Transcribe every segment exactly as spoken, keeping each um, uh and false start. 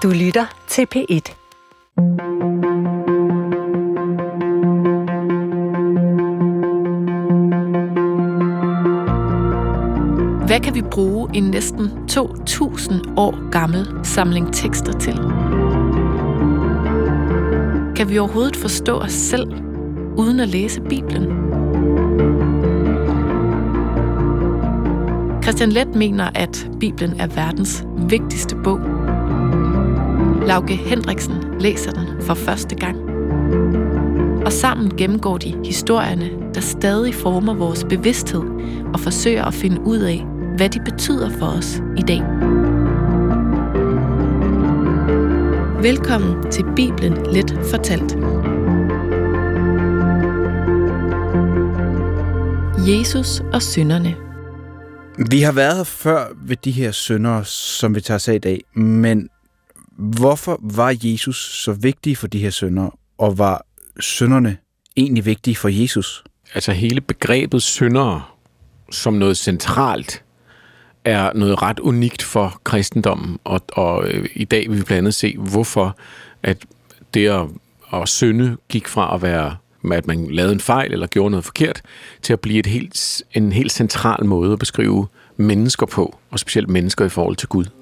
Du lytter til P et. Hvad kan vi bruge en næsten to tusind år gammel samling tekster til? Kan vi overhovedet forstå os selv, uden at læse Bibelen? Christian Leth mener, at Bibelen er verdens vigtigste bog. Lauke Hendriksen læser den for første gang. Og sammen gennemgår de historierne, der stadig former vores bevidsthed og forsøger at finde ud af, hvad de betyder for os i dag. Velkommen til Bibelen Let fortalt. Jesus og synderne. Vi har været her før ved de her syndere, som vi tager os af i dag, men hvorfor var Jesus så vigtig for de her syndere, og var synderne egentlig vigtige for Jesus? Altså hele begrebet syndere som noget centralt er noget ret unikt for kristendommen, og, og øh, i dag vil vi blandt andet se, hvorfor at det at, at synde gik fra at være, at man lavede en fejl eller gjorde noget forkert, til at blive et helt, en helt central måde at beskrive mennesker på, og specielt mennesker i forhold til Gud.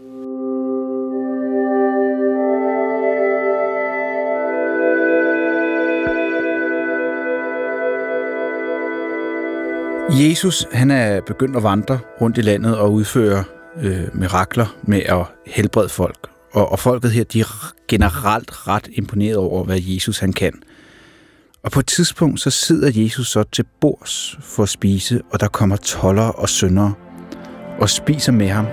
Jesus, han er begyndt at vandre rundt i landet og udføre øh, mirakler med at helbrede folk. Og, og folket her, de er generelt ret imponeret over, hvad Jesus han kan. Og på et tidspunkt, så sidder Jesus så til bords for at spise, og der kommer toldere og syndere og spiser med ham.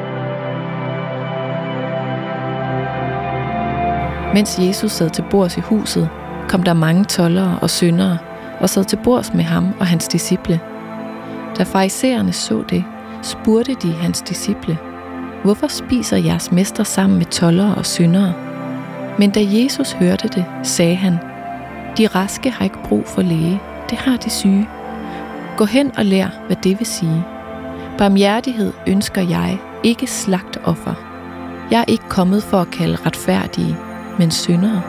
Mens Jesus sad til bords i huset, kom der mange toldere og syndere og sad til bords med ham og hans disciple. Da farisæerne så det, spurgte de hans disciple: Hvorfor spiser jeres mester sammen med toldere og syndere? Men da Jesus hørte det, sagde han: De raske har ikke brug for læge, det har de syge. Gå hen og lær, hvad det vil sige. Barmhjertighed ønsker jeg, ikke slagtoffer. Jeg er ikke kommet for at kalde retfærdige, men syndere.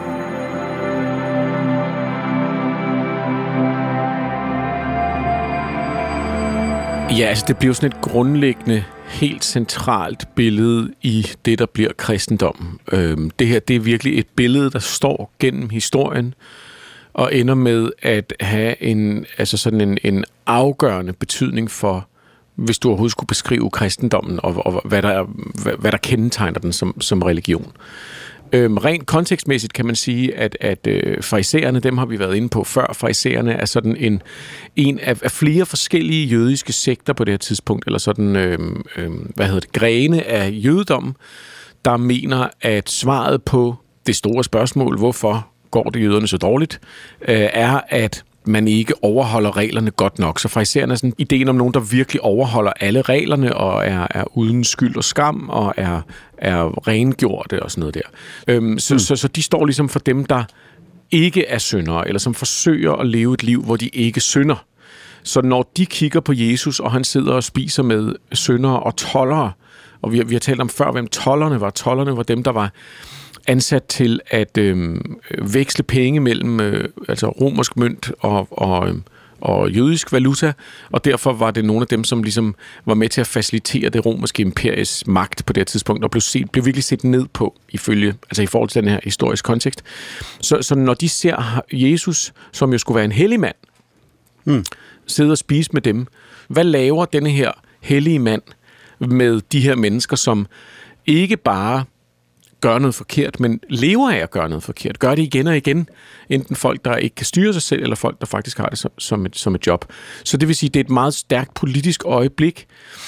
Ja, altså det bliver sådan et grundlæggende, helt centralt billede i det, der bliver kristendommen. Øhm, det her, det er virkelig et billede, der står gennem historien, og ender med at have en, altså sådan en, en afgørende betydning for, hvis du overhovedet skulle beskrive kristendommen, og, og hvad, der, hvad, hvad der kendetegner den som, som religion. Øhm, rent kontekstmæssigt kan man sige, at, at øh, farisæerne, dem har vi været inde på før. Farisæerne er sådan en, en af, af flere forskellige jødiske sekter på det her tidspunkt, eller sådan, øh, øh, hvad hedder det, grene af jødedommen, der mener, at svaret på det store spørgsmål, hvorfor går det jøderne så dårligt, øh, er, at man ikke overholder reglerne godt nok. Så farisæerne er sådan ideen om nogen, der virkelig overholder alle reglerne og er, er uden skyld og skam og er, er rengjorte og sådan noget der. Øhm, så, mm. så, så de står ligesom for dem, der ikke er syndere, eller som forsøger at leve et liv, hvor de ikke synder. Så når de kigger på Jesus, og han sidder og spiser med syndere og toldere, og vi har, vi har talt om før, hvem tolderne var. Tolderne var dem, der var ansat til at øh, veksle penge mellem øh, altså romersk mønt og, og, øh, og jødisk valuta, og derfor var det nogle af dem, som ligesom var med til at facilitere det romerske imperies magt på det tidspunkt, og blev, set, blev virkelig set ned på, ifølge, altså i forhold til den her historiske kontekst. Så, så når de ser Jesus, som jo skulle være en hellig mand, mm. sidde og spise med dem, hvad laver denne her hellige mand med de her mennesker, som ikke bare gør noget forkert, men lever af at gøre noget forkert. Gør det igen og igen. Enten folk, der ikke kan styre sig selv, eller folk, der faktisk har det som, som, et, som et job. Så det vil sige, det er et meget stærkt politisk øjeblik,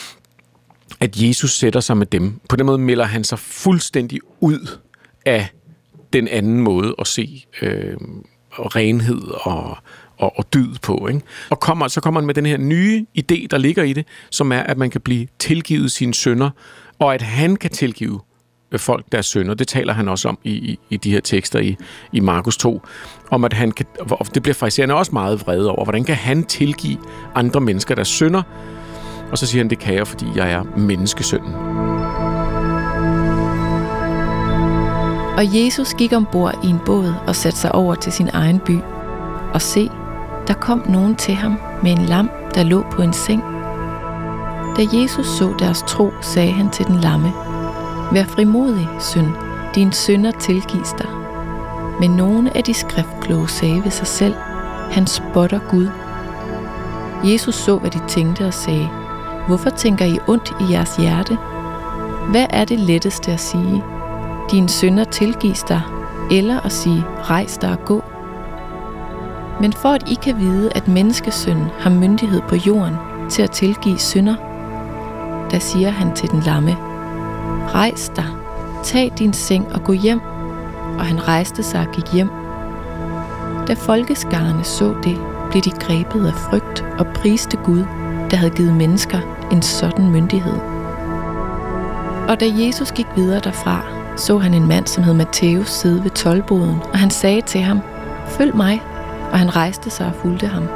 at Jesus sætter sig med dem. På den måde melder han sig fuldstændig ud af den anden måde at se øh, renhed og, og, og dyd på. Ikke? Og kommer, så kommer han med den her nye idé, der ligger i det, som er, at man kan blive tilgivet sine synder, og at han kan tilgive folk, der er synder. Det taler han også om i, i, i de her tekster i, i Markus to, om at han kan, det bliver farisæerne også meget vrede over, hvordan kan han tilgive andre mennesker, der synder? Og så siger han, det kan jeg, fordi jeg er menneskesønnen. Og Jesus gik ombord i en båd og satte sig over til sin egen by. Og se, der kom nogen til ham med en lam, der lå på en seng. Da Jesus så deres tro, sagde han til den lamme: Vær frimodig, søn, dine synder tilgives dig. Men nogle af de skriftkloge sagde ved sig selv: Han spotter Gud. Jesus så, hvad de tænkte og sagde: Hvorfor tænker I ondt i jeres hjerte? Hvad er det letteste at sige? Dine synder tilgives dig, eller at sige: Rejs dig og gå? Men for at I kan vide, at menneskesønnen har myndighed på jorden til at tilgive synder, der siger han til den lamme: Rejs dig, tag din seng og gå hjem. Og han rejste sig og gik hjem. Da folkeskarne så det, blev de grebet af frygt og priste Gud, der havde givet mennesker en sådan myndighed. Og da Jesus gik videre derfra, så han en mand, som hed Matthæus, sidde ved toldboden, og han sagde til ham: Følg mig. Og han rejste sig og fulgte ham.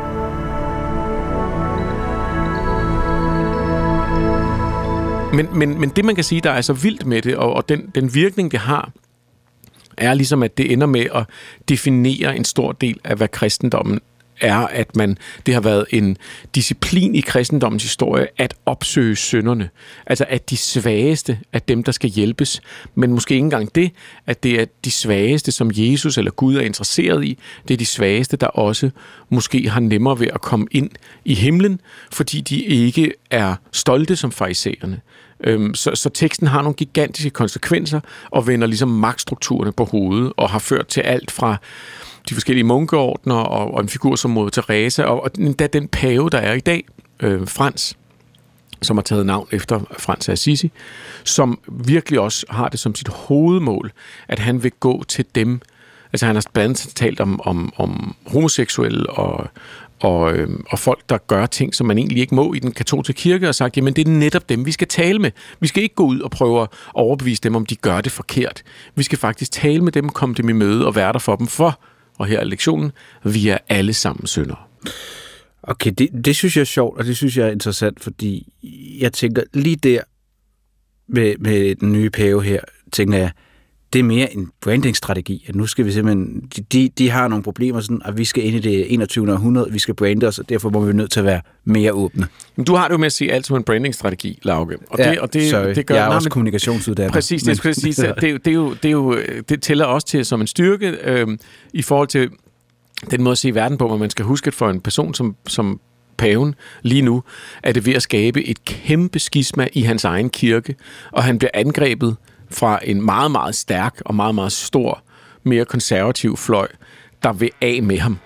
Men, men, men det, man kan sige, der er så vildt med det, og, og den, den virkning, det har, er ligesom, at det ender med at definere en stor del af, hvad kristendommen er, at man, det har været en disciplin i kristendommens historie at opsøge synderne. Altså at de svageste er dem, der skal hjælpes, men måske ikke engang det, at det er de svageste, som Jesus eller Gud er interesseret i, det er de svageste, der også måske har nemmere ved at komme ind i himlen, fordi de ikke er stolte som farisæerne. Så, så teksten har nogle gigantiske konsekvenser og vender ligesom magtstrukturerne på hovedet og har ført til alt fra de forskellige munkeordner og, og en figur som Moder Teresa og, og endda den pave, der er i dag, øh, Frans, som har taget navn efter Frans af Assisi, som virkelig også har det som sit hovedmål, at han vil gå til dem. Altså han har blandt andet talt om, om, om homoseksuelle og Og, øh, og folk, der gør ting, som man egentlig ikke må i den katolske kirke, og sagt, jamen det er netop dem, vi skal tale med. Vi skal ikke gå ud og prøve at overbevise dem, om de gør det forkert. Vi skal faktisk tale med dem, komme dem i møde og være der for dem, for, og her er lektionen, vi er alle sammen syndere. Okay, det, det synes jeg er sjovt, og det synes jeg er interessant, fordi jeg tænker lige der med, med den nye pave her, tænker jeg, det er mere en brandingstrategi, at nu skal vi simpelthen, de, de har nogle problemer, sådan, at vi skal ind i det enogtyvende århundrede, vi skal brande os, og derfor må vi nødt til at være mere åbne. Men du har det jo med at sige alt som en brandingstrategi, Lauke. Og ja, det, og det, sorry. det gør, jeg er nej, også men, kommunikationsuddannet. Præcis, det skulle jeg sige. Det, det, er jo, det, er jo, det tæller også til som en styrke øh, i forhold til den måde at se verden på, hvor man skal huske, at for en person som, som paven lige nu, er det ved at skabe et kæmpe skisma i hans egen kirke, og han bliver angrebet fra en meget, meget stærk og meget, meget stor, mere konservativ fløj, der vil af med ham.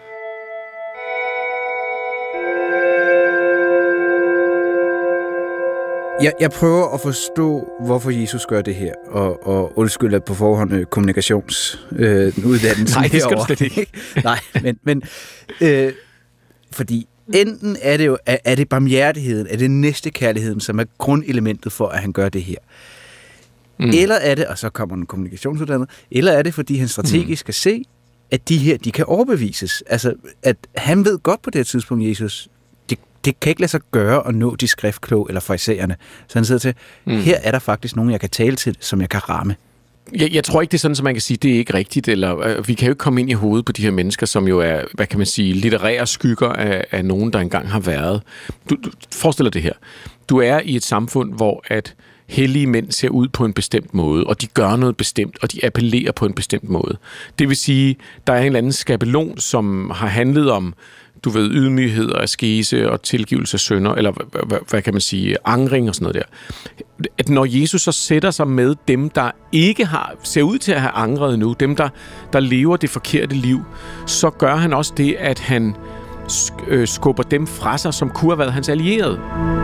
Jeg, jeg prøver at forstå, hvorfor Jesus gør det her, og, og undskylder på forhånd kommunikationsuddannelsen øh, Nej, det skal du slet ikke. Nej, men, men øh, fordi enten er det jo, er, er det barmhjertigheden, er det næstekærligheden, som er grundelementet for, at han gør det her. Mm. Eller er det, og så kommer en kommunikationsuddannet, eller er det, fordi han strategisk mm. skal se, at de her, de kan overbevises. Altså, at han ved godt på det tidspunkt, Jesus, det, det kan ikke lade sig gøre at nå de skriftkloge eller farisæerne. Så han sidder til, mm. her er der faktisk nogen, jeg kan tale til, som jeg kan ramme. Jeg, jeg tror ikke, det er sådan, at man kan sige, det er ikke rigtigt, eller øh, vi kan jo ikke komme ind i hovedet på de her mennesker, som jo er, hvad kan man sige, litterære skygger af, af nogen, der engang har været. Du, du forestiller det her. Du er i et samfund, hvor at hellige mænd ser ud på en bestemt måde, og de gør noget bestemt, og de appellerer på en bestemt måde. Det vil sige, der er en eller anden skabelon, som har handlet om, du ved, ydmyghed og askese og tilgivelse af synder, eller hvad, hvad, hvad kan man sige, angring og sådan noget der. At når Jesus så sætter sig med dem, der ikke har, ser ud til at have angret nu, dem, der, der lever det forkerte liv, så gør han også det, at han skubber dem fra sig, som kunne have været hans allierede.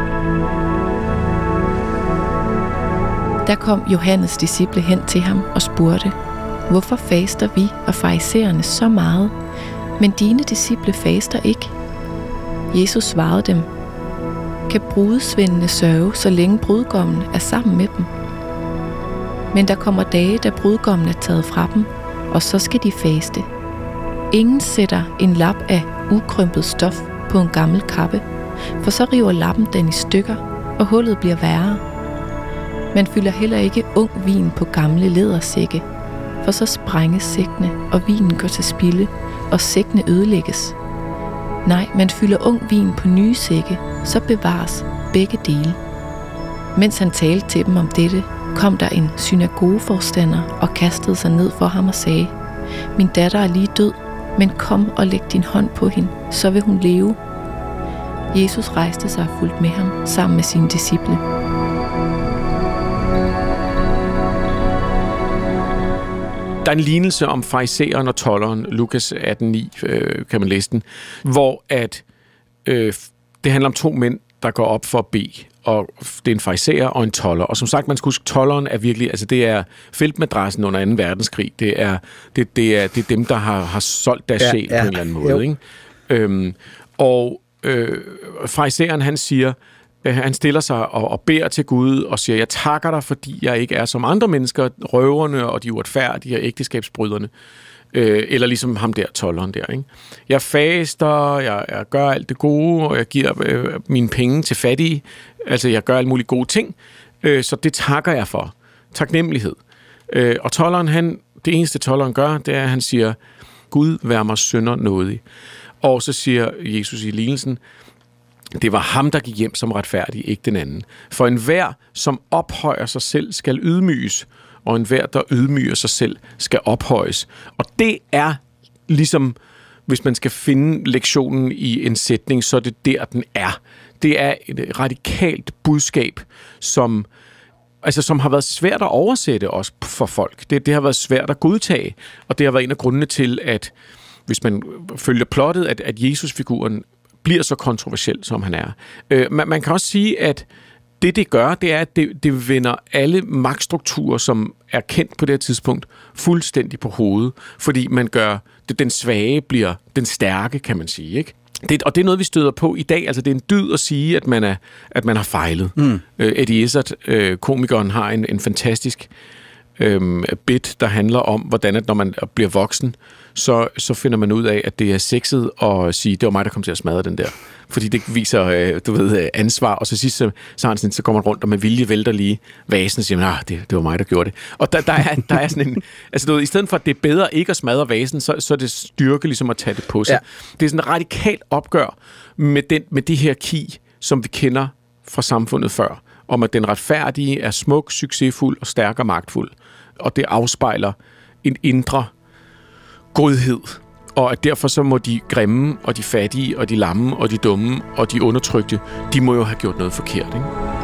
Der kom Johannes disciple hen til ham og spurgte, hvorfor faster vi og farisæerne så meget, men dine disciple faster ikke? Jesus svarede dem, kan brudesvendene sørge, så længe brudgommen er sammen med dem? Men der kommer dage, da brudgommen er taget fra dem, og så skal de faste. Ingen sætter en lap af ukrympet stof på en gammel kappe, for så river lappen den i stykker, og hullet bliver værre. Man fylder heller ikke ung vin på gamle lædersække, for og så sprænges sækkene, og vinen går til spilde, og sækkene ødelægges. Nej, man fylder ung vin på nye sække, så bevares begge dele. Mens han talte til dem om dette, kom der en synagogeforstander og kastede sig ned for ham og sagde: Min datter er lige død, men kom og læg din hånd på hende, så vil hun leve. Jesus rejste sig og fulgte med ham sammen med sine disciple. Der er en lignelse om farisæeren og tolderen, Lukas atten ni, øh, kan man læse den, hvor at, øh, det handler om to mænd, der går op for at bede, og det er en farisæer og en tolder. Og som sagt, man skal huske, tolderen er virkelig, altså det er feltmadrassen under anden verdenskrig. Det er, det, det er, det er dem, der har, har solgt deres ja, sjæl ja. på en eller anden måde. Ikke? Øhm, og øh, farisæeren, han siger, øh, han stiller sig og, og beder til Gud og siger: Jeg takker dig, fordi jeg ikke er som andre mennesker, røverne og de uretfærdige og ægteskabsbryderne. Øh, eller ligesom ham der, tolderen der. Ikke? Jeg faster, jeg, jeg gør alt det gode, og jeg giver øh, mine penge til fattige. Altså, jeg gør alle mulige gode ting. Øh, så det takker jeg for. Taknemmelighed. Øh, og tolderen, han, det eneste tolderen gør, det er, at han siger: Gud, vær mig synder nådig. Og så siger Jesus i lignelsen: Det var ham, der gik hjem som retfærdig, ikke den anden. For enhver, som ophøjer sig selv, skal ydmyges, og enhver, der ydmyger sig selv, skal ophøjes. Og det er ligesom, hvis man skal finde lektionen i en sætning, så er det der, den er. Det er et radikalt budskab, som, altså, som har været svært at oversætte også for folk. Det, det har været svært at godtage, og det har været en af grundene til, at hvis man følger plottet, at, at Jesus-figuren bliver så kontroversiel, som han er. Øh, man, man kan også sige, at det, det gør, det er, at det, det vender alle magtstrukturer, som er kendt på det her tidspunkt, fuldstændig på hovedet, fordi man gør, det, den svage bliver den stærke, kan man sige, ikke? Det, og det er noget, vi støder på i dag. Altså, det er en dyd at sige, at man, er, at man har fejlet. Mm. Øh, Eddie Izzard, øh, komikeren, har en, en fantastisk øh, bit, der handler om, hvordan at når man bliver voksen, så, så finder man ud af, at det er sexet at sige: Det var mig, der kom til at smadre den der. Fordi det viser, øh, du ved, ansvar, og så sidst så, så, sådan, så går man rundt og med vilje vælter lige vasen og siger: Ah, det, det var mig, der gjorde det. Og der, der, er, der er sådan en, altså du ved, i stedet for, at det er bedre ikke at smadre vasen, så, så er det styrke ligesom at tage det på sig. Ja. Det er sådan et radikalt opgør med, den, med det hierarki, som vi kender fra samfundet før, om at den retfærdige er smuk, succesfuld og stærk og magtfuld. Og det afspejler en indre godhed. Og at derfor så må de grimme, og de fattige, og de lamme, og de dumme, og de undertrykte, de må jo have gjort noget forkert, ikke?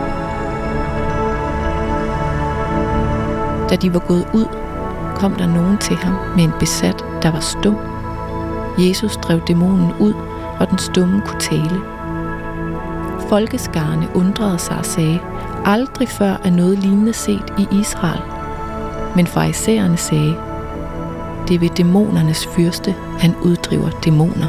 Da de var gået ud, kom der nogen til ham med en besat, der var stum. Jesus drev dæmonen ud, og den stumme kunne tale. Folkeskarne undrede sig og sagde: Aldrig før er noget lignende set i Israel. Men farisæerne sagde: Det er ved dæmonernes fyrste, han uddriver dæmoner.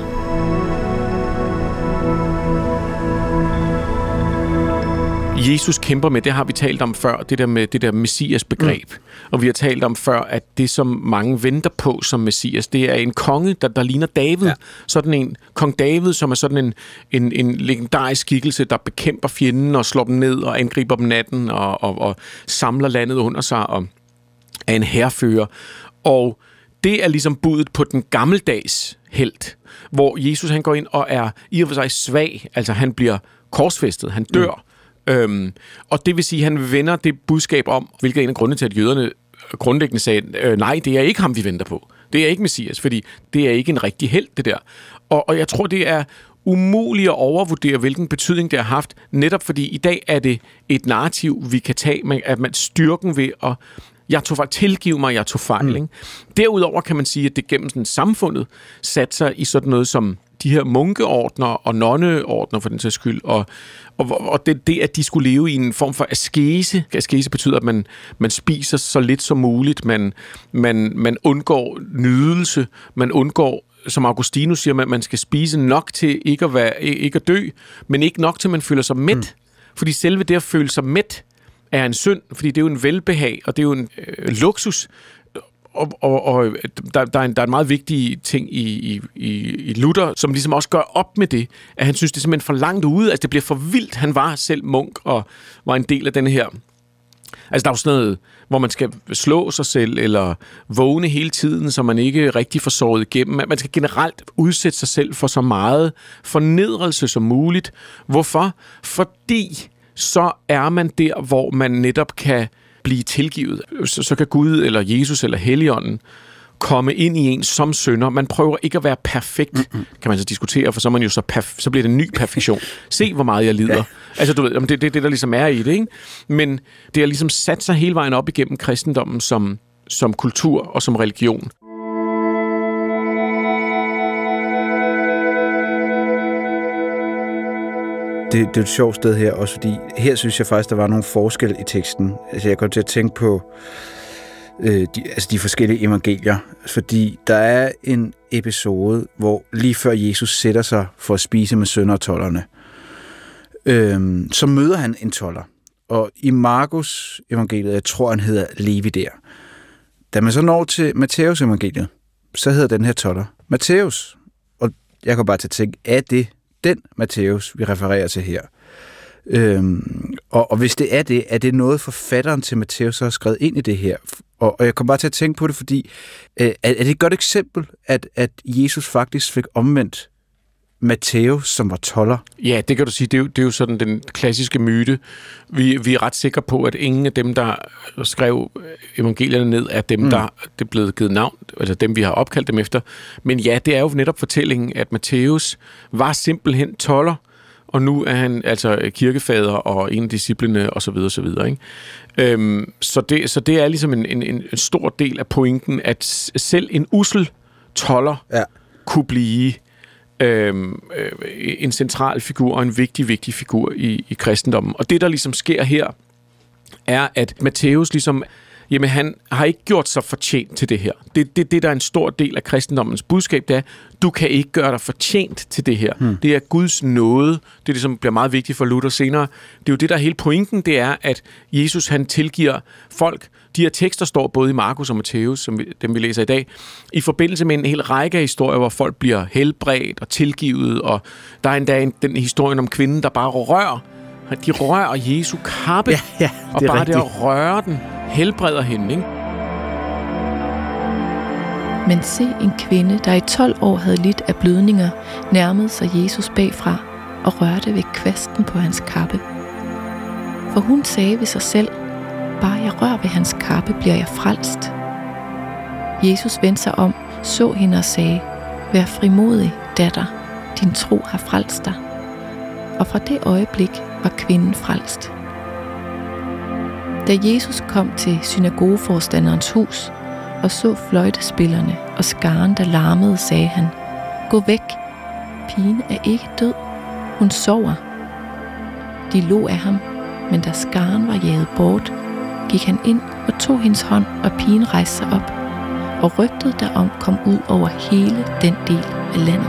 Jesus kæmper med, det har vi talt om før, det der med det der messias begreb. Mm. Og vi har talt om før, at det, som mange venter på som messias, det er en konge, der, der ligner David. Ja. Sådan en kong David, som er sådan en, en, en legendarisk skikkelse, der bekæmper fjenden og slår dem ned og angriber dem natten og, og, og samler landet under sig og er en hærfører. Og det er ligesom budet på den gammeldags helt, hvor Jesus han går ind og er i og for sig svag, altså han bliver korsfæstet, han dør. Mm. Øhm, og det vil sige, at han vender det budskab om, hvilket er en af grundene til, at jøderne grundlæggende sagde, øh, nej, det er ikke ham, vi venter på. Det er ikke messias, fordi det er ikke en rigtig helt, det der. Og, og jeg tror, det er umuligt at overvurdere, hvilken betydning det har haft, netop fordi i dag er det et narrativ, vi kan tage, at man styrken ved at jeg tog fejl, tilgiv mig, jeg tog fejl. Mm. Ikke? Derudover kan man sige, at det gennem sådan samfundet satte sig i sådan noget som de her munkeordner og nonneordner for den sags skyld, og, og, og det, det, at de skulle leve i en form for askese. Askese betyder, at man, man spiser så lidt som muligt, man, man, man undgår nydelse, man undgår, som Augustinus siger, at man skal spise nok til ikke at, være, ikke at dø, men ikke nok til, at man føler sig mæt. Mm. Fordi selve det at føle sig mæt er en synd, fordi det er jo en velbehag, og det er jo en øh, luksus. Og, og, og der, der, er en, der er en meget vigtig ting i, i, i Luther, som ligesom også gør op med det, at han synes, det er simpelthen for langt ude, altså det bliver for vildt. Han var selv munk og var en del af den her Altså, der er jo sådan noget, hvor man skal slå sig selv, eller vågne hele tiden, så man ikke rigtig får såret igennem. Man skal generelt udsætte sig selv for så meget fornedrelse som muligt. Hvorfor? Fordi så er man der, hvor man netop kan blive tilgivet. Så, så kan Gud, eller Jesus, eller Helligånden komme ind i en som synder. Man prøver ikke at være perfekt, mm-hmm. kan man så diskutere, for så, man jo så, perf- så bliver det en ny perfektion. Se, hvor meget jeg lider. Ja. Altså, du ved, det er det, det, der ligesom er i det, ikke? Men det har ligesom sat sig hele vejen op igennem kristendommen som, som kultur og som religion. Det, det er et sjovt sted her, også fordi her synes jeg faktisk, der var nogle forskelle i teksten. Altså, jeg kom til at tænke på øh, de, altså de forskellige evangelier, fordi der er en episode, hvor lige før Jesus sætter sig for at spise med søndertolderne, øh, så møder han en tolder. Og i Markus evangeliet, jeg tror, han hedder Levi der. Da man så når til Matthæus evangeliet, så hedder den her tolder Matthæus. Og jeg kan bare til at tænke, er det den Matthæus, vi refererer til her? Øhm, og, og hvis det er det, er det noget forfatteren til Matthæus har skrevet ind i det her? Og, og jeg kom bare til at tænke på det, fordi øh, er, er det et godt eksempel, at, at Jesus faktisk fik omvendt Matthæus, som var tolder? Ja, det kan du sige. Det er jo, det er jo sådan den klassiske myte. Vi, vi er ret sikre på, at ingen af dem, der skrev evangelierne ned, er dem, mm. der det er blevet givet navn, altså dem, vi har opkaldt dem efter. Men ja, det er jo netop fortællingen, at Matthæus var simpelthen tolder, og nu er han altså kirkefader og en af disciplene, og så videre, så videre, ikke? Øhm, så, det, så det er ligesom en, en, en stor del af pointen, at selv en ussel tolder ja. kunne blive Øhm, øh, en central figur og en vigtig, vigtig figur i, i kristendommen. Og det, der ligesom sker her, er, at Matthæus ligesom, jamen han har ikke gjort sig fortjent til det her. Det, det, det der er en stor del af kristendommens budskab, det er, du kan ikke gøre dig fortjent til det her. Hmm. Det er Guds nåde. Det er det, som bliver meget vigtigt for Luther senere. Det er jo det, der er hele pointen, det er, at Jesus han tilgiver folk. De her tekster står både i Markus og Matthæus, som vi, dem vi læser i dag, i forbindelse med en hel række af historier, hvor folk bliver helbredt og tilgivet, og der er endda en, den historien om kvinden, der bare rører. De rører Jesu kappe, ja, ja, og bare rigtigt. Det at røre den, helbreder hende, ikke? Men se en kvinde, der i tolv år havde lidt af blødninger, nærmede sig Jesus bagfra og rørte ved kvasten på hans kappe. For hun sagde ved sig selv, bare jeg rører ved hans kappe, bliver jeg frelst. Jesus vendte sig om, så hende og sagde, vær frimodig, datter, din tro har frelst dig. Og fra det øjeblik var kvinden frelst. Da Jesus kom til synagogeforstanderens hus og så fløjtespillerne og skaren, der larmede, sagde han, gå væk, pigen er ikke død, hun sover. De lå af ham, men da skaren var jaget bort, gik han ind og tog hendes hånd, og pigen rejste sig op, og rygtet derom kom ud over hele den del af landet.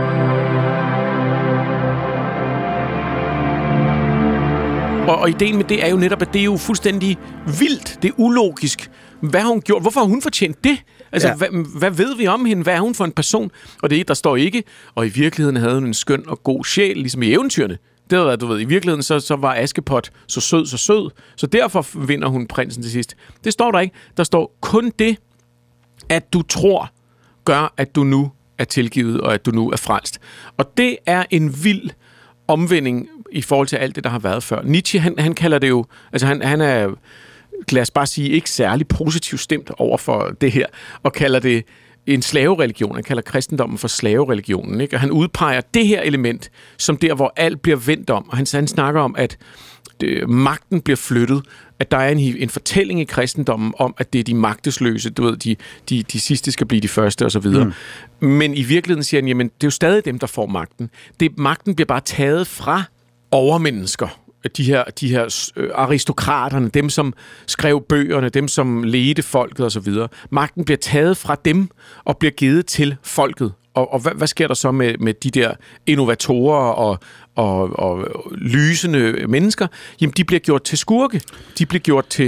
Og, og ideen med det er jo netop, at det er jo fuldstændig vildt, det er ulogisk. Hvad har hun gjort? Hvorfor har hun fortjent det? Altså, ja. hvad, hvad ved vi om hende? Hvad er hun for en person? Og det der står ikke, og i virkeligheden havde hun en skøn og god sjæl, ligesom i eventyrene. Det var, du ved, i virkeligheden så, så var Askepot så sød, så sød, så derfor vinder hun prinsen til sidst. Det står der ikke. Der står kun det, at du tror, gør, at du nu er tilgivet, og at du nu er frelst. Og det er en vild omvending i forhold til alt det, der har været før. Nietzsche, han, han kalder det jo, altså han, han er, lad os bare sige, ikke særlig positivt stemt over for det her, og kalder det en slavereligion. Han kalder kristendommen for slavereligionen, ikke? Og han udpeger det her element som der, hvor alt bliver vendt om. Og han, han snakker om, at det, magten bliver flyttet, at der er en, en fortælling i kristendommen om, at det er de magtesløse, du ved, de, de, de sidste skal blive de første, og så videre. Mm. Men i virkeligheden siger han, jamen, det er jo stadig dem, der får magten. Det, magten bliver bare taget fra overmennesker. De her, de her aristokraterne, dem som skrev bøgerne, dem som ledte folket osv. Magten bliver taget fra dem og bliver givet til folket. Og, og hvad, hvad sker der så med, med de der innovatorer og, og, og lysende mennesker? Jamen, de bliver gjort til skurke. De bliver gjort til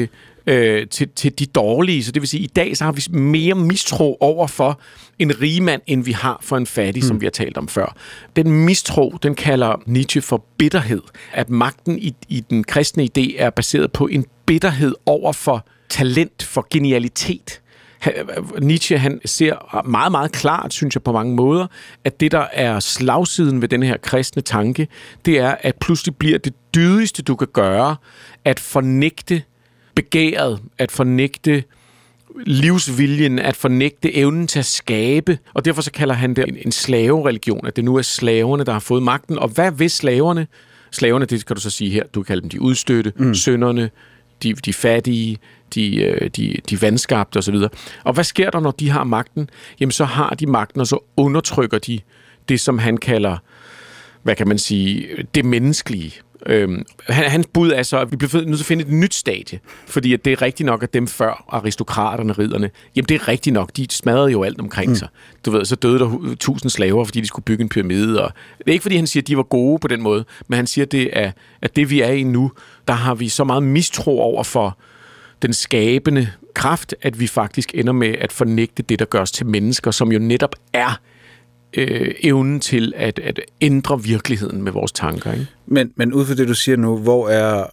øh, til, til de dårlige. Så det vil sige, at i dag så har vi mere mistro over for en rigmand, end vi har for en fattig, mm. som vi har talt om før. Den mistro, den kalder Nietzsche for bitterhed. At magten i, i den kristne idé er baseret på en bitterhed over for talent, for genialitet. Nietzsche, han ser meget, meget klart, synes jeg på mange måder, at det, der er slagsiden ved den her kristne tanke, det er, at pludselig bliver det dydigste, du kan gøre, at fornægte begæret, at fornægte livsviljen, at fornægte evnen til at skabe, og derfor så kalder han det en, en slavereligion, at det nu er slaverne, der har fået magten. Og hvad vil slaverne? Slaverne, det kan du så sige her, du kan kalde dem de udstødte, mm. synderne, de, de fattige, de, de, de vandskabte osv. Og hvad sker der, når de har magten? Jamen, så har de magten, og så undertrykker de det, som han kalder, hvad kan man sige, det menneskelige. Øhm, hans bud er så, at vi bliver nødt til at finde et nyt stadie, fordi at det er rigtigt nok, at dem før, aristokraterne, ridderne, jamen det er rigtigt nok, de smadrede jo alt omkring mm. sig. Du ved, så døde der tusind slaver, fordi de skulle bygge en pyramide, og det er ikke, fordi han siger, at de var gode på den måde, men han siger, at det er, at det vi er i nu, der har vi så meget mistro over for den skabende kraft, at vi faktisk ender med at fornægte det, der gør os til mennesker, som jo netop er Øh, evnen til at, at ændre virkeligheden med vores tanker. Ikke? Men, men ud fra det, du siger nu, hvor er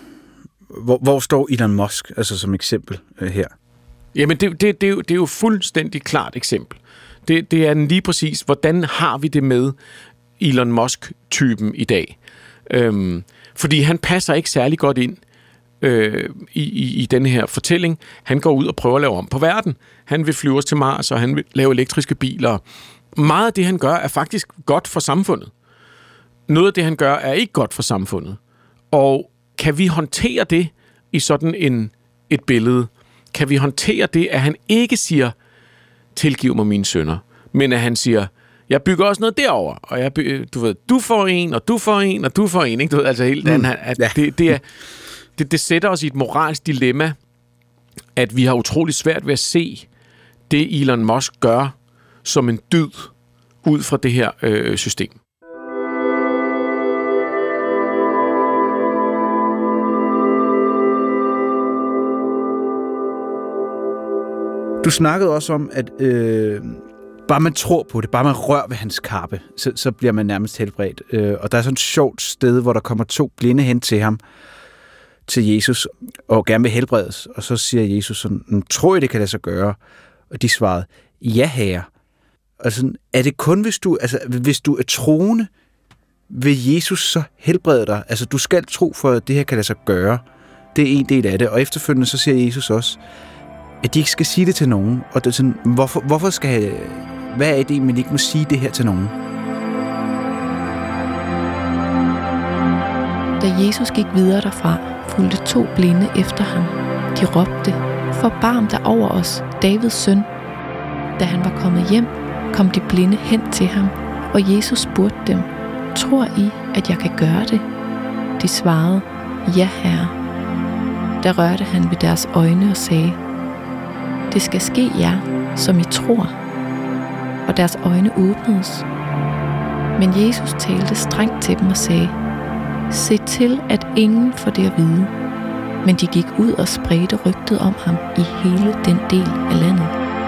hvor, hvor står Elon Musk, altså som eksempel øh, her? Jamen, det, det, det, er jo, det er jo fuldstændig klart eksempel. Det, det er lige præcis, hvordan har vi det med Elon Musk-typen i dag? Øhm, fordi han passer ikke særlig godt ind øh, i, i, i denne her fortælling. Han går ud og prøver at lave om på verden. Han vil flyve os til Mars, og han vil lave elektriske biler. Meget af det, han gør, er faktisk godt for samfundet. Noget af det, han gør, er ikke godt for samfundet. Og kan vi håndtere det i sådan en, et billede? Kan vi håndtere det, at han ikke siger, tilgiv mig mine synder, men at han siger, jeg bygger også noget derover, og jeg bygger, du ved, du får en, og du får en, og du får en, ikke? Du ved, altså helt mm. at, at ja. det, det, er, det, det sætter os i et moralsk dilemma, at vi har utrolig svært ved at se det, Elon Musk gør, som en dyd ud fra det her øh, system. Du snakkede også om, at øh, bare man tror på det, bare man rører ved hans kappe, så, så bliver man nærmest helbredt. Øh, og der er sådan et sjovt sted, hvor der kommer to blinde hen til ham, til Jesus, og gerne vil helbredes. Og så siger Jesus sådan, tror I, det kan lade sig gøre? Og de svarede, ja, herre. Altså, er det kun, hvis du, altså, hvis du er troende, vil Jesus så helbrede dig? Altså, du skal tro for, at det her kan lade sig gøre. Det er en del af det. Og efterfølgende så siger Jesus også, at de ikke skal sige det til nogen. Og det er sådan, hvorfor, hvorfor skal jeg, hvad er det, man ikke må sige det her til nogen? Da Jesus gik videre derfra, fulgte to blinde efter ham. De råbte, forbarm dig over os, Davids søn. Da han var kommet hjem, kom de blinde hen til ham, og Jesus spurgte dem, tror I, at jeg kan gøre det? De svarede, ja, herre. Da rørte han ved deres øjne og sagde, det skal ske jer, som I tror. Og deres øjne åbnedes. Men Jesus talte strengt til dem og sagde, se til, at ingen får det at vide. Men de gik ud og spredte rygtet om ham i hele den del af landet.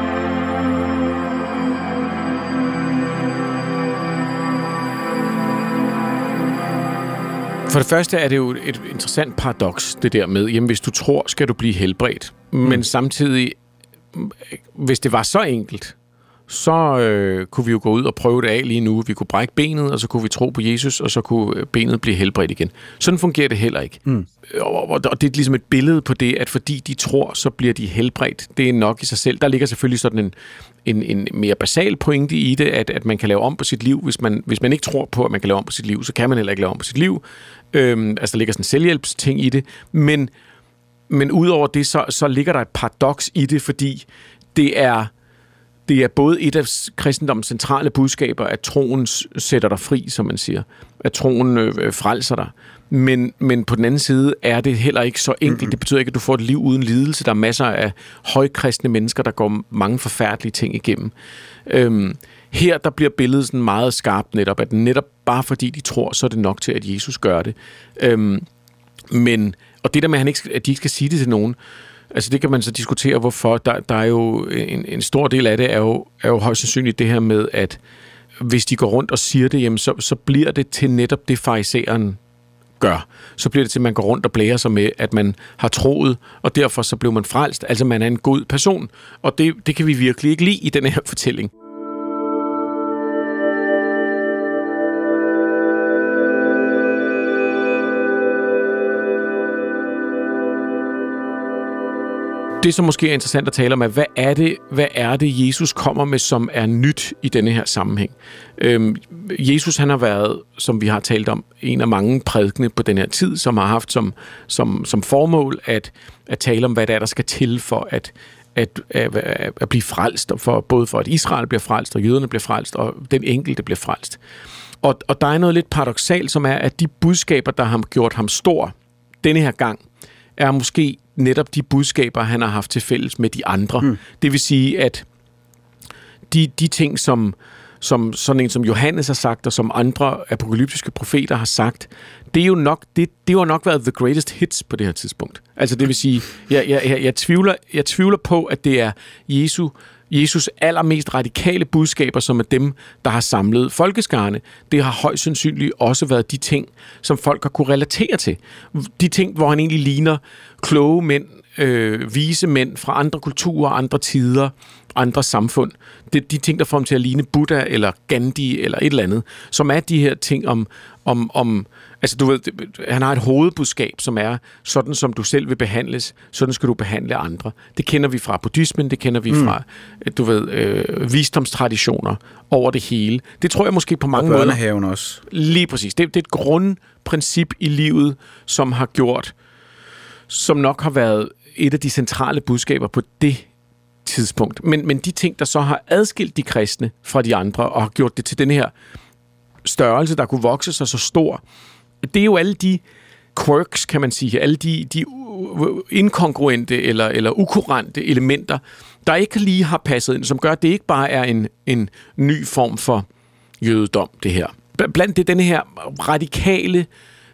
For det første er det jo et interessant paradoks, det der med, jamen hvis du tror, skal du blive helbredt. Mm. Men samtidig, hvis det var så enkelt, så øh, kunne vi jo gå ud og prøve det af lige nu. Vi kunne brække benet, og så kunne vi tro på Jesus, og så kunne benet blive helbredt igen. Sådan fungerer det heller ikke. Mm. Og, og, og det er ligesom et billede på det, at fordi de tror, så bliver de helbredt. Det er nok i sig selv. Der ligger selvfølgelig sådan en, en, en mere basal pointe i det, at, at man kan lave om på sit liv. Hvis man, hvis man ikke tror på, at man kan lave om på sit liv, så kan man heller ikke lave om på sit liv. Øhm, altså, der ligger sådan en selvhjælpsting i det. Men, men udover det, så, så ligger der et paradoks i det, fordi det er Det er både et af kristendommens centrale budskaber, at troen sætter dig fri, som man siger. At troen øh, frelser dig. Men, men på den anden side er det heller ikke så enkelt. Mm-hmm. Det betyder ikke, at du får et liv uden lidelse. Der er masser af højkristne mennesker, der går mange forfærdelige ting igennem. Øhm, her der bliver billedet sådan meget skarpt netop, at netop bare fordi de tror, så er det nok til, at Jesus gør det. Øhm, men, og det der med, at, han ikke, at de ikke skal sige det til nogen, Altså det kan man så diskutere, hvorfor. Der, der er jo en, en stor del af det, er jo, er jo højst sandsynligt det her med, at hvis de går rundt og siger det, jamen så, så bliver det til netop det, farisæeren gør. Så bliver det til, at man går rundt og blærer sig med, at man har troet, og derfor så blev man frelst. Altså man er en god person, og det, det kan vi virkelig ikke lide i den her fortælling. Det, som måske er interessant at tale om, er, hvad er det, hvad er det Jesus kommer med, som er nyt i denne her sammenhæng? Øhm, Jesus, han har været, som vi har talt om, en af mange prædikende på den her tid, som har haft som, som, som formål at, at tale om, hvad det er, der skal til for at, at, at, at blive frelst, for, både for at Israel bliver frelst, og jøderne bliver frelst, og den enkelte bliver frelst. Og, og der er noget lidt paradoksalt, som er, at de budskaber, der har gjort ham stor denne her gang, er måske netop de budskaber, han har haft til fælles med de andre. Mm. Det vil sige, at de, de ting, som, som sådan en som Johannes har sagt, og som andre apokalyptiske profeter har sagt, det er jo nok, det, det har nok været the greatest hits på det her tidspunkt. Altså det vil sige, jeg, jeg, jeg, jeg, tvivler, jeg tvivler på, at det er Jesu Jesus allermest radikale budskaber, som er dem, der har samlet folkeskarne. Det har højst sandsynligt også været de ting, som folk har kunne relatere til. De ting, hvor han egentlig ligner kloge mænd, øh, vise mænd fra andre kulturer, andre tider, andre samfund. Det er de ting, der får ham til at ligne Buddha eller Gandhi eller et eller andet, som er de her ting om, om, om altså du ved, han har et hovedbudskab, som er, sådan som du selv vil behandles, sådan skal du behandle andre. Det kender vi fra buddhismen, det kender vi mm. fra, du ved, øh, visdomstraditioner over det hele. Det tror jeg måske på mange måder. Og børnehaven også. Lige præcis. Det, det er et grundprincip i livet, som har gjort, som nok har været et af de centrale budskaber på det tidspunkt. Men, men de ting, der så har adskilt de kristne fra de andre, og har gjort det til den her størrelse, der kunne vokse sig så stor, det er jo alle de quirks, kan man sige, alle de, de inkongruente eller, eller ukurante elementer, der ikke lige har passet ind, som gør, at det ikke bare er en, en ny form for jødedom, det her. Blandt det denne her radikale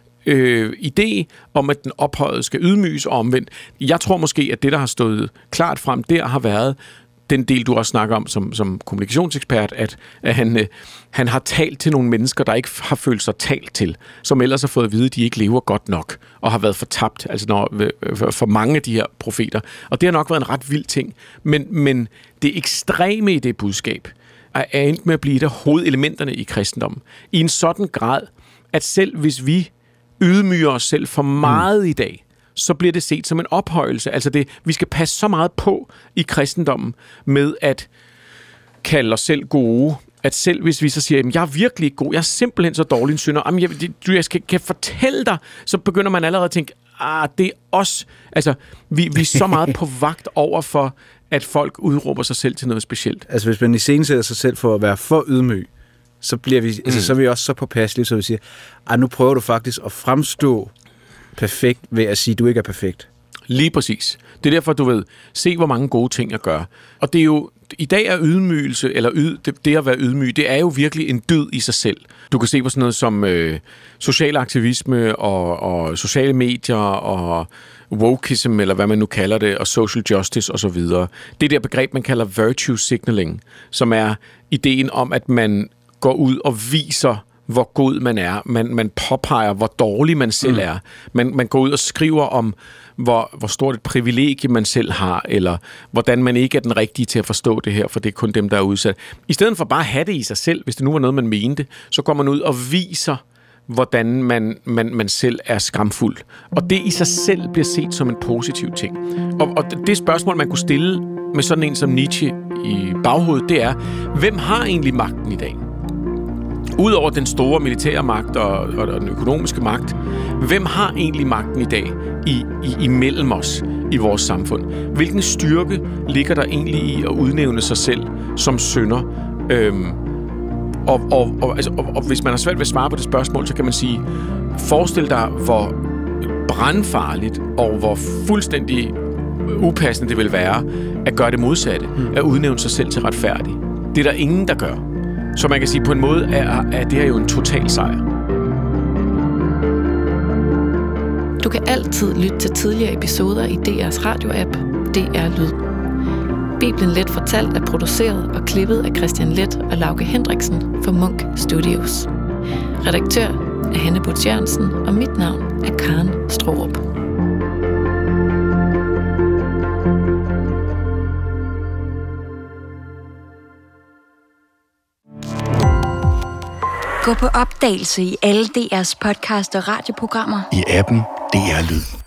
øh, idé om, at den ophøjede skal ydmyges og omvendt. Jeg tror måske, at det, der har stået klart frem der, har været den del, du også snakker om som, som kommunikationsekspert, at, at han, øh, han har talt til nogle mennesker, der ikke har følt sig talt til, som ellers har fået at vide, at de ikke lever godt nok, og har været fortabt, altså når, for, for mange af de her profeter. Og det har nok været en ret vild ting. Men, men det ekstreme i det budskab er endt med at blive et af hovedelementerne i kristendommen. I en sådan grad, at selv hvis vi ydmyger os selv for meget mm. i dag, så bliver det set som en ophøjelse. Altså det, vi skal passe så meget på i kristendommen med at kalde os selv gode, at selv hvis vi så siger, at jeg er virkelig ikke god, jeg er simpelthen så dårlig en synder, jamen jeg, jeg skal, kan fortælle dig, så begynder man allerede at tænke, ah, det er os. Altså, vi, vi er så meget på vagt over for, at folk udråber sig selv til noget specielt. Altså, hvis man iscenesætter sig selv for at være for ydmyg, så bliver vi, mm. altså, så er vi også så påpasselige, så vi siger, ah, nu prøver du faktisk at fremstå perfekt ved at sige, at du ikke er perfekt. Lige præcis. Det er derfor, du ved, se hvor mange gode ting at gøre. Og det er jo, i dag er ydmygelse, eller yd, det, det at være ydmyg, det er jo virkelig en dyd i sig selv. Du kan se på sådan noget som øh, social aktivisme og, og sociale medier og wokeism, eller hvad man nu kalder det, og social justice osv. Det der begreb, man kalder virtue signaling, som er ideen om, at man går ud og viser, hvor god man er. Man, man påpeger, hvor dårlig man selv er. Man, man går ud og skriver om, hvor, hvor stort et privilegie man selv har, eller hvordan man ikke er den rigtige til at forstå det her, for det er kun dem, der er udsat. I stedet for bare at have det i sig selv, hvis det nu var noget, man mente, så går man ud og viser, hvordan man, man, man selv er skamfuld. Og det i sig selv bliver set som en positiv ting. Og, og det spørgsmål, man kunne stille med sådan en som Nietzsche i baghovedet, det er, hvem har egentlig magten i dag? Udover den store militære magt og, og, og den økonomiske magt, hvem har egentlig magten i dag i, i, imellem os i vores samfund? Hvilken styrke ligger der egentlig i at udnævne sig selv som synder? Øhm, og, og, og, altså, og, og hvis man har svært ved at svare på det spørgsmål, så kan man sige, forestil dig, hvor brandfarligt og hvor fuldstændig upassende det vil være at gøre det modsatte, at udnævne sig selv til retfærdig. Det er der ingen, der gør. Så man kan sige, på en måde er, er det her jo en total sejr. Du kan altid lytte til tidligere episoder i D R's radioapp, D R Lyd. Bibelen Let fortalt er produceret og klippet af Christian Let og Lauke Hendriksen for Munk Studios. Redaktør er Hanne Butch Jørgensen, og mit navn er Karen Strohrup. Gå på opdagelse i alle D R's podcast og radioprogrammer. I appen D R Lyd.